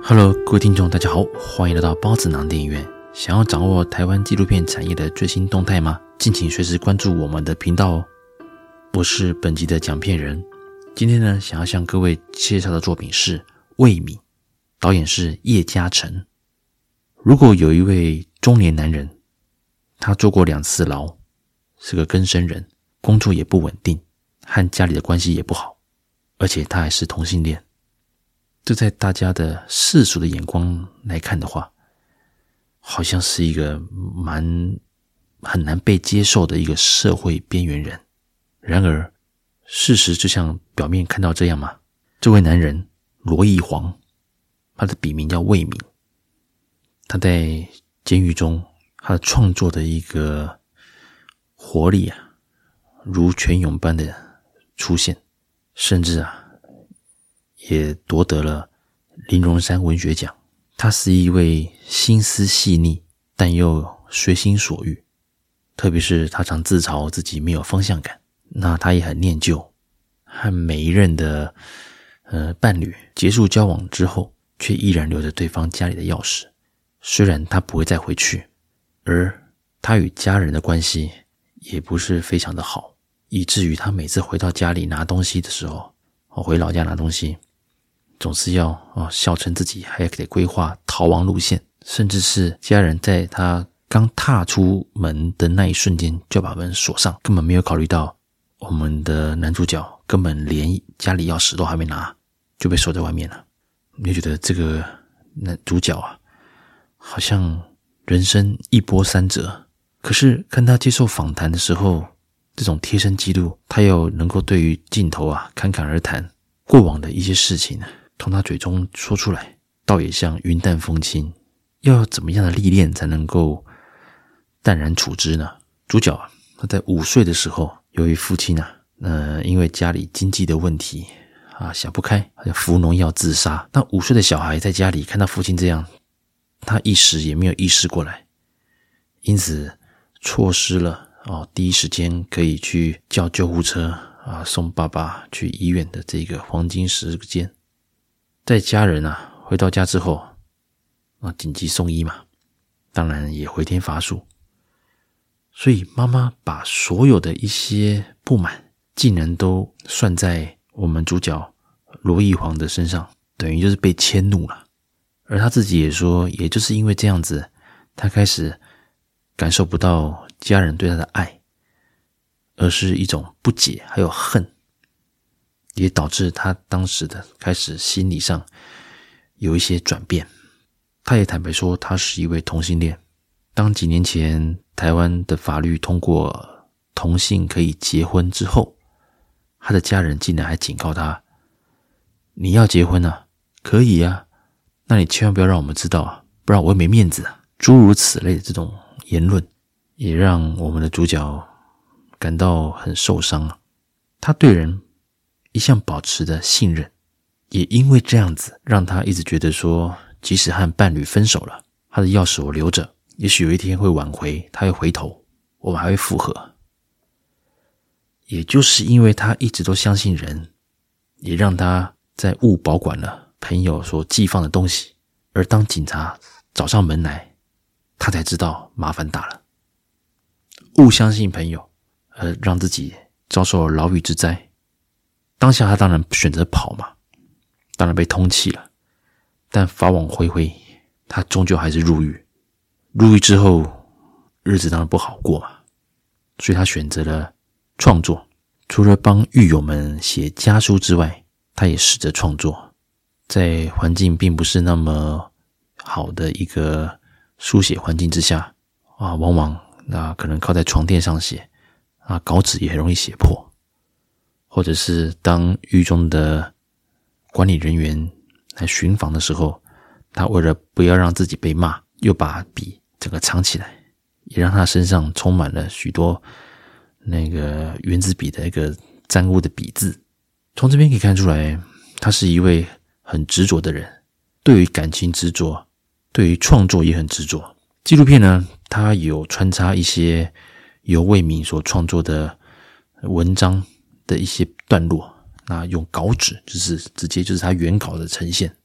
Hello， 各位听众，大家好，欢迎来到包子囊电影院。想要掌握台湾纪录片产业的最新动态吗？敬请随时关注我们的频道哦。我是本集的讲片人，今天呢，想要向各位介绍的作品是《魏敏》，导演是叶嘉诚。如果有一位中年男人，他坐过2次牢，是个更生人，工作也不稳定，和家里的关系也不好，而且他还是同性恋，这在大家的世俗的眼光来看的话，好像是一个很难被接受的一个社会边缘人。然而事实就像表面看到这样吗？这位男人罗奕煌，他的笔名叫魏敏，他在监狱中他的创作的一个活力如泉涌般的出现，甚至也夺得了林荣山文学奖。他是一位心思细腻但又随心所欲，特别是他常自嘲自己没有方向感。那他也很念旧，和每一任的伴侣结束交往之后，却依然留着对方家里的钥匙，虽然他不会再回去，而他与家人的关系也不是非常的好，以至于他每次回到家里拿东西的时候，回老家拿东西总是要笑称自己还得规划逃亡路线，甚至是家人在他刚踏出门的那一瞬间就把门锁上，根本没有考虑到我们的男主角根本连家里钥匙都还没拿就被锁在外面了。你就觉得这个男主角好像人生一波三折，可是看他接受访谈的时候，这种贴身记录，他又能够对于镜头侃侃而谈，过往的一些事情从他嘴中说出来，倒也像云淡风轻。要怎么样的历练才能够淡然处之呢？主角他在5岁的时候，由于父亲因为家里经济的问题想不开，他就服农药自杀。那5岁的小孩在家里看到父亲这样，他一时也没有意识过来，因此错失了第一时间可以去叫救护车送爸爸去医院的这个黄金时间。在家人回到家之后紧急送医嘛，当然也回天乏术。所以妈妈把所有的一些不满竟然都算在我们主角罗奕煌的身上，等于就是被迁怒了。而他自己也说，也就是因为这样子，他开始感受不到家人对他的爱，而是一种不解还有恨，也导致他当时的开始心理上有一些转变。他也坦白说他是一位同性恋。当几年前台湾的法律通过同性可以结婚之后，他的家人竟然还警告他，你要结婚可以那你千万不要让我们知道不然我会没面子诸如此类的这种言论，也让我们的主角感到很受伤他对人一向保持的信任，也因为这样子让他一直觉得说，即使和伴侣分手了，他的钥匙我留着，也许有一天会挽回，他会回头，我们还会复合。也就是因为他一直都相信人，也让他在误保管了朋友所寄放的东西，而当警察找上门来，他才知道麻烦大了。误相信朋友，而让自己遭受了牢狱之灾。当下他当然选择跑嘛，当然被通缉了，但法网恢恢，他终究还是入狱。入狱之后日子当然不好过嘛，所以他选择了创作。除了帮狱友们写家书之外，他也试着创作。在环境并不是那么好的一个书写环境之下往往可能靠在床垫上写稿纸也很容易写破，或者是当狱中的管理人员来巡访的时候，他为了不要让自己被骂，又把笔整个藏起来，也让他身上充满了许多那个原子笔的一个沾污的笔字。从这边可以看出来，他是一位很执着的人，对于感情执着，对于创作也很执着。纪录片呢，他有穿插一些由魏敏所创作的文章的一些段落，那用稿纸就是直接就是他原稿的呈现。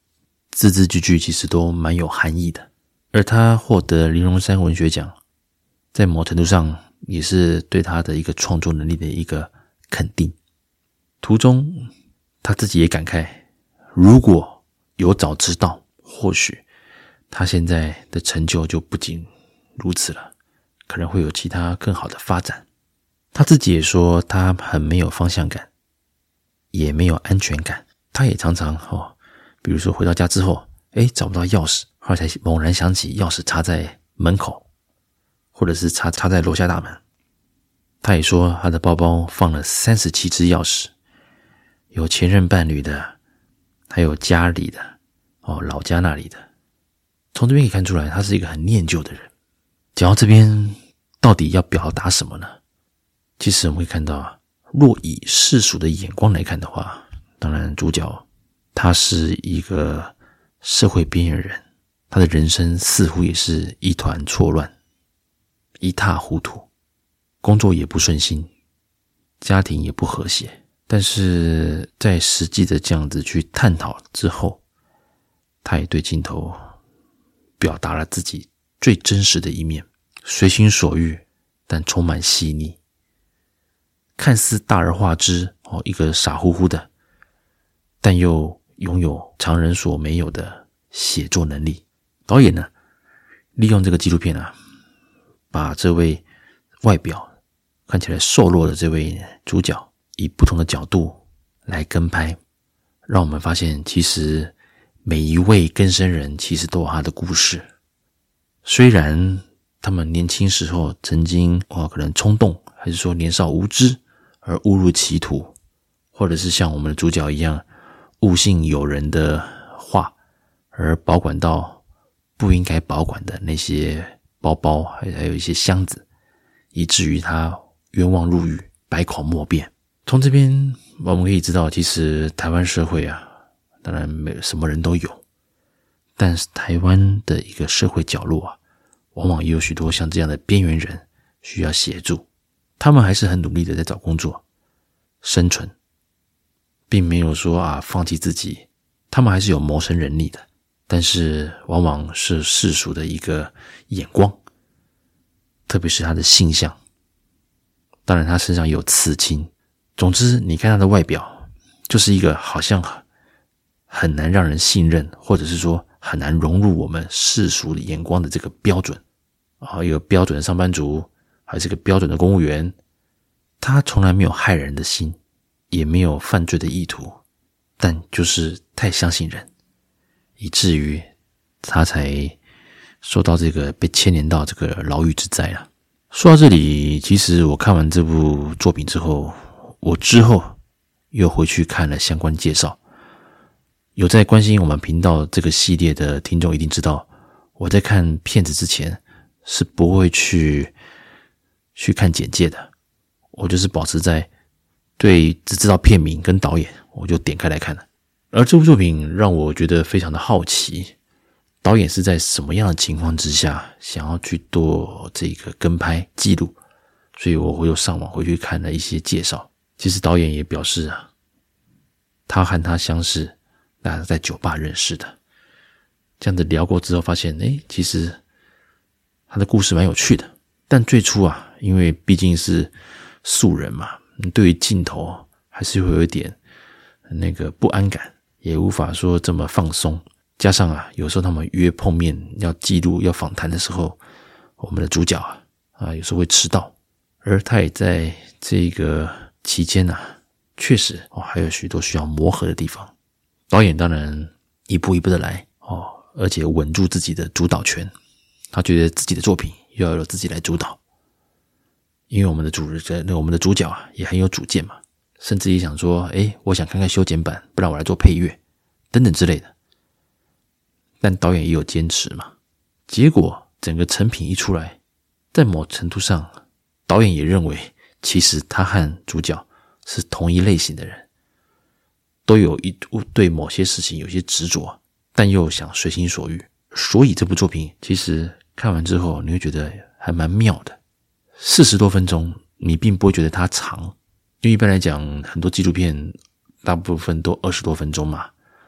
字字句句其实都蛮有含义的。而他获得林荣山文学奖，在某程度上也是对他的一个创作能力的一个肯定。途中他自己也感慨，如果有早知道，或许他现在的成就就不仅如此了，可能会有其他更好的发展。他自己也说他很没有方向感，也没有安全感。他也常常比如说回到家之后找不到钥匙，后来才猛然想起钥匙插在门口，或者是插在楼下大门。他也说他的包包放了37只钥匙，有前任伴侣的，还有家里的老家那里的。从这边可以看出来他是一个很念旧的人。讲到这边到底要表达什么呢？其实我们会看到，若以世俗的眼光来看的话，当然主角他是一个社会边缘人，他的人生似乎也是一团错乱，一塌糊涂，工作也不顺心，家庭也不和谐。但是在实际的这样子去探讨之后，他也对镜头表达了自己最真实的一面，随心所欲，但充满细腻，看似大而化之一个傻乎乎的，但又拥有常人所没有的写作能力。导演呢，利用这个纪录片把这位外表看起来瘦弱的这位主角以不同的角度来跟拍，让我们发现其实每一位更生人其实都有他的故事。虽然他们年轻时候曾经可能冲动，还是说年少无知而误入歧途，或者是像我们的主角一样误信友人的话而保管到不应该保管的那些包包，还有一些箱子，以至于他冤枉入狱，百口莫辩。从这边我们可以知道，其实台湾社会当然什么人都有，但是台湾的一个社会角落往往也有许多像这样的边缘人需要协助。他们还是很努力的在找工作生存，并没有说放弃自己，他们还是有谋生能力的，但是往往是世俗的一个眼光，特别是他的性向，当然他身上也有刺青。总之你看他的外表，就是一个好像很难让人信任，或者是说很难融入我们世俗的眼光的这个标准一个标准的上班族，还是个标准的公务员。他从来没有害人的心，也没有犯罪的意图，但就是太相信人，以至于他才受到这个被牵连到这个牢狱之灾了。说到这里，其实我看完这部作品之后，我之后又回去看了相关介绍。有在关心我们频道这个系列的听众一定知道，我在看片子之前是不会去看简介的，我就是保持在只知道片名跟导演，我就点开来看了。而这部作品让我觉得非常的好奇，导演是在什么样的情况之下想要去做这个跟拍记录，所以我又上网回去看了一些介绍。其实导演也表示他和他相识在酒吧认识的，这样子聊过之后发现其实他的故事蛮有趣的。但最初因为毕竟是素人嘛，对于镜头还是会有一点那个不安感，也无法说这么放松。加上有时候他们约碰面要记录要访谈的时候，我们的主角有时候会迟到，而他也在这个期间确实还有许多需要磨合的地方。导演当然一步一步的来而且稳住自己的主导权，他觉得自己的作品要由自己来主导，因为我们的主角也很有主见嘛，甚至也想说我想看看修剪版，不然我来做配乐等等之类的。但导演也有坚持嘛，结果整个成品一出来，在某程度上导演也认为其实他和主角是同一类型的人，都有对某些事情有些执着，但又想随心所欲。所以这部作品其实看完之后你会觉得还蛮妙的。40多分钟你并不会觉得它长，因为一般来讲很多纪录片大部分都20多分钟嘛，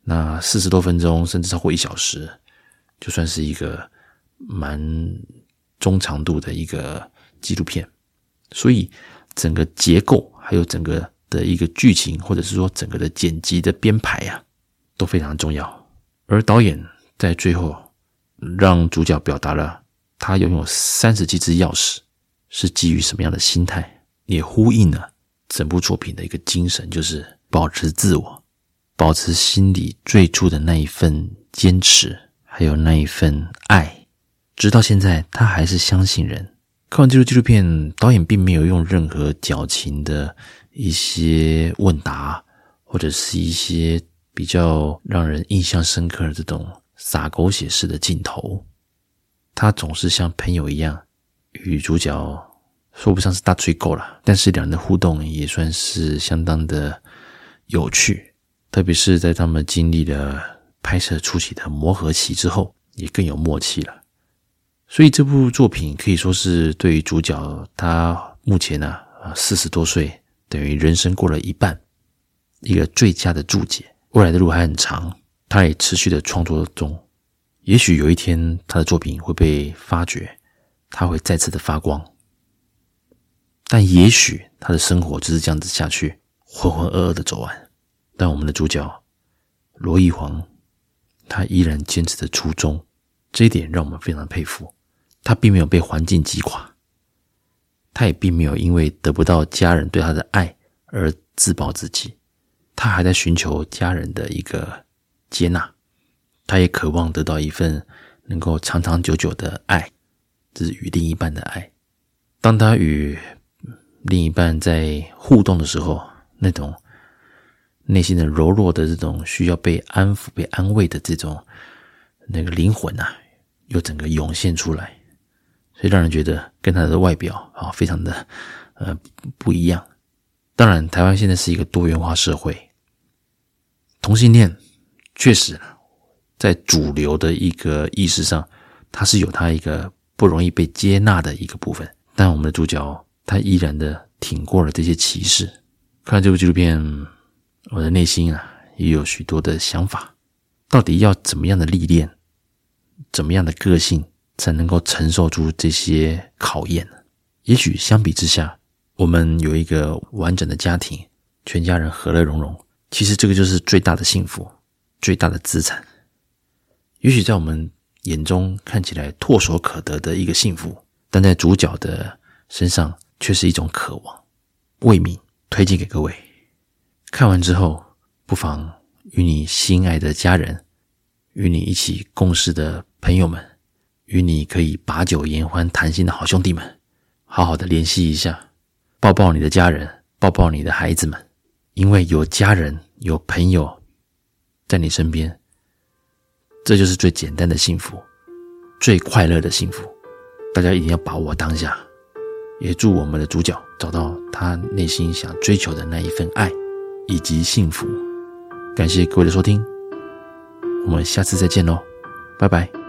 那40多分钟甚至超过1小时，就算是一个蛮中长度的一个纪录片。所以整个结构还有整个的一个剧情，或者是说整个的剪辑的编排都非常重要。而导演在最后让主角表达了他拥有37只钥匙是基于什么样的心态，也呼应了整部作品的一个精神，就是保持自我，保持心里最初的那一份坚持，还有那一份爱。直到现在他还是相信人。看完这部纪录片，导演并没有用任何矫情的一些问答，或者是一些比较让人印象深刻的这种洒狗血式的镜头。他总是像朋友一样与主角说不上是大吹狗啦，但是两人的互动也算是相当的有趣，特别是在他们经历了拍摄初期的磨合期之后，也更有默契了。所以这部作品可以说是对于主角他目前40多岁，等于人生过了一半，一个最佳的注解。未来的路还很长，他也持续的创作中，也许有一天他的作品会被发掘，他会再次的发光，但也许他的生活就是这样子下去，浑浑噩噩的走完。但我们的主角罗奕煌，他依然坚持的初衷，这一点让我们非常佩服。他并没有被环境击垮，他也并没有因为得不到家人对他的爱而自暴自弃，他还在寻求家人的一个接纳，他也渴望得到一份能够长长久久的爱，这是与另一半的爱。当他与另一半在互动的时候，那种内心的柔弱的这种需要被安抚被安慰的这种那个灵魂又整个涌现出来，所以让人觉得跟他的外表非常的不一样。当然台湾现在是一个多元化社会，同性恋确实在主流的一个意识上，它是有它一个不容易被接纳的一个部分，但我们的主角他依然的挺过了这些歧视。看这部纪录片，我的内心也有许多的想法，到底要怎么样的历练，怎么样的个性才能够承受住这些考验呢？也许相比之下，我们有一个完整的家庭，全家人和乐融融，其实这个就是最大的幸福，最大的资产。也许在我们眼中看起来唾手可得的一个幸福，但在主角的身上却是一种渴望。魏敏推荐给各位，看完之后不妨与你心爱的家人，与你一起共事的朋友们，与你可以把酒言欢谈心的好兄弟们，好好的联系一下，抱抱你的家人，抱抱你的孩子们，因为有家人有朋友在你身边，这就是最简单的幸福，最快乐的幸福。大家一定要把握当下，也祝我们的主角找到他内心想追求的那一份爱以及幸福。感谢各位的收听，我们下次再见咯，拜拜。